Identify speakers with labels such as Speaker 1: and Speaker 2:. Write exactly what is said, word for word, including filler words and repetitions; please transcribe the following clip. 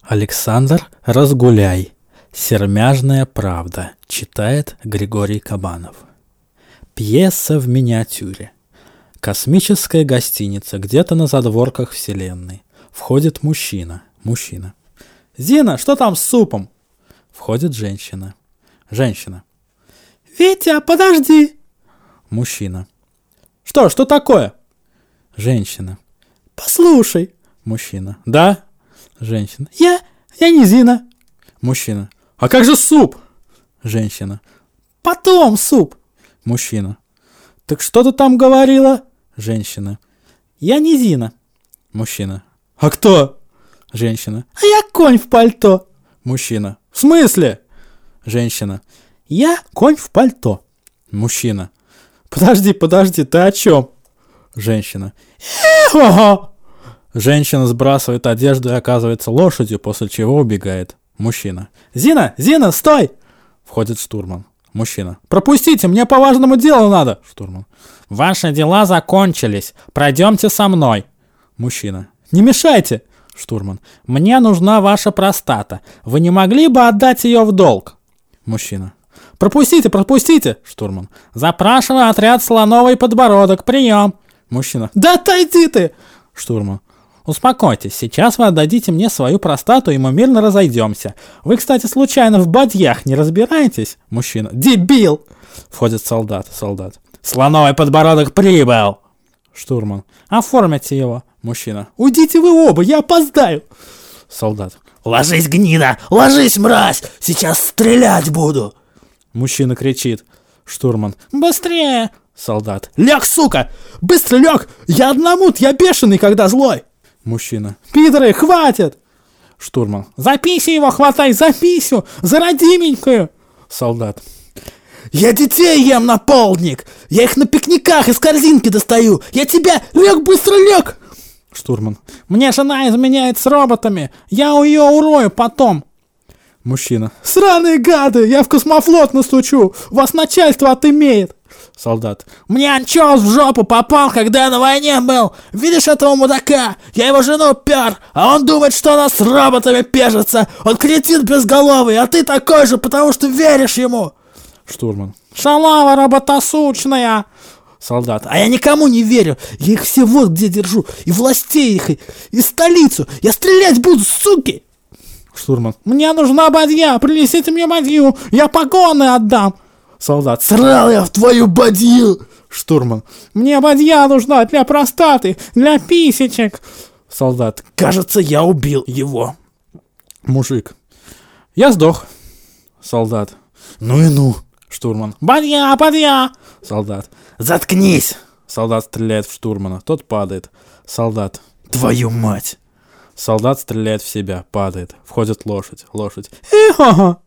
Speaker 1: Александр Разгуляй. Сермяжная правда. Читает Григорий Кабанов. Пьеса в миниатюре. Космическая гостиница где-то на задворках вселенной. Входит мужчина. Мужчина. «Зина, что там с супом?» Входит женщина. Женщина. «Витя, подожди!» Мужчина. «Что, что такое?» Женщина. «Послушай!» Мужчина. «Да?» Женщина. «Я, я не Зина!» Мужчина. «А как же суп?» Женщина. «Потом суп!» Мужчина. «Так что ты там говорила?» Женщина. «Я не Зина!» Мужчина. «А кто?» Женщина. «А я конь в пальто!» Мужчина. «В смысле?» Женщина. «Я конь в пальто!» Мужчина. «Подожди, подожди, ты о чем?» Женщина. «Эх-ого!» Женщина сбрасывает одежду и оказывается лошадью, после чего убегает. Мужчина. «Зина! Зина, стой!» Входит штурман. Мужчина. «Пропустите, мне по важному делу надо!» Штурман. «Ваши дела закончились. Пройдемте со мной!» Мужчина. «Не мешайте!» Штурман. «Мне нужна ваша простата. Вы не могли бы отдать ее в долг?» Мужчина. «Пропустите, пропустите!» Штурман. «Запрашиваю отряд «Слоновый подбородок». Прием!» Мужчина. «Да отойди ты!» Штурман. «Успокойтесь, сейчас вы отдадите мне свою простату, и мы мирно разойдемся. Вы, кстати, случайно в бадьях не разбираетесь?» Мужчина. «Дебил!» Входит солдат. Солдат. «Слоновый подбородок прибыл!» Штурман. «Оформите его!» Мужчина. «Уйдите вы оба, я опоздаю!» Солдат.
Speaker 2: «Ложись, гнида! Ложись, мразь! Сейчас стрелять буду!»
Speaker 1: Мужчина кричит. Штурман. «Быстрее!» Солдат.
Speaker 2: «Ляг, сука! Быстро ляг! Я одномут, я бешеный, когда злой!»
Speaker 1: Мужчина.
Speaker 2: «Пидоры, хватит!»
Speaker 1: Штурман.
Speaker 2: «За писю его хватай, за писю! За родименькую!»
Speaker 1: Солдат.
Speaker 2: «Я детей ем на полдник! Я их на пикниках из корзинки достаю! Я тебя... Ляг, быстро ляг!»
Speaker 1: Штурман.
Speaker 2: «Мне жена изменяет с роботами! Я ее урою потом!»
Speaker 1: Мужчина.
Speaker 2: «Сраные гады! Я в космофлот настучу! Вас начальство отымеет!»
Speaker 1: Солдат.
Speaker 2: «Мне анчоус в жопу попал, когда я на войне был! Видишь этого мудака? Я его жену пер, а он думает, что она с роботами пежится! Он кретин безголовый, а ты такой же, потому что веришь ему!»
Speaker 1: Штурман.
Speaker 2: «Шалава работосучная!»
Speaker 1: Солдат.
Speaker 2: «А я никому не верю! Я их все вот где держу! И властей их, и, и столицу! Я стрелять буду, суки!»
Speaker 1: Штурман.
Speaker 2: «Мне нужна бадья! Принесите мне бадью! Я погоны отдам!»
Speaker 1: Солдат.
Speaker 2: «Срал я в твою бадью!»
Speaker 1: Штурман.
Speaker 2: «Мне бадья нужна для простаты, для писечек!»
Speaker 1: Солдат.
Speaker 2: «Кажется, я убил его!»
Speaker 1: Мужик. «Я сдох!» Солдат.
Speaker 2: «Ну и ну!»
Speaker 1: Штурман.
Speaker 2: «Бадья, бадья!»
Speaker 1: Солдат.
Speaker 2: «Заткнись!»
Speaker 1: Солдат стреляет в штурмана. Тот падает. Солдат.
Speaker 2: «Твою мать!»
Speaker 1: Солдат стреляет в себя. Падает. Входит лошадь. Лошадь.
Speaker 2: «Эхо!»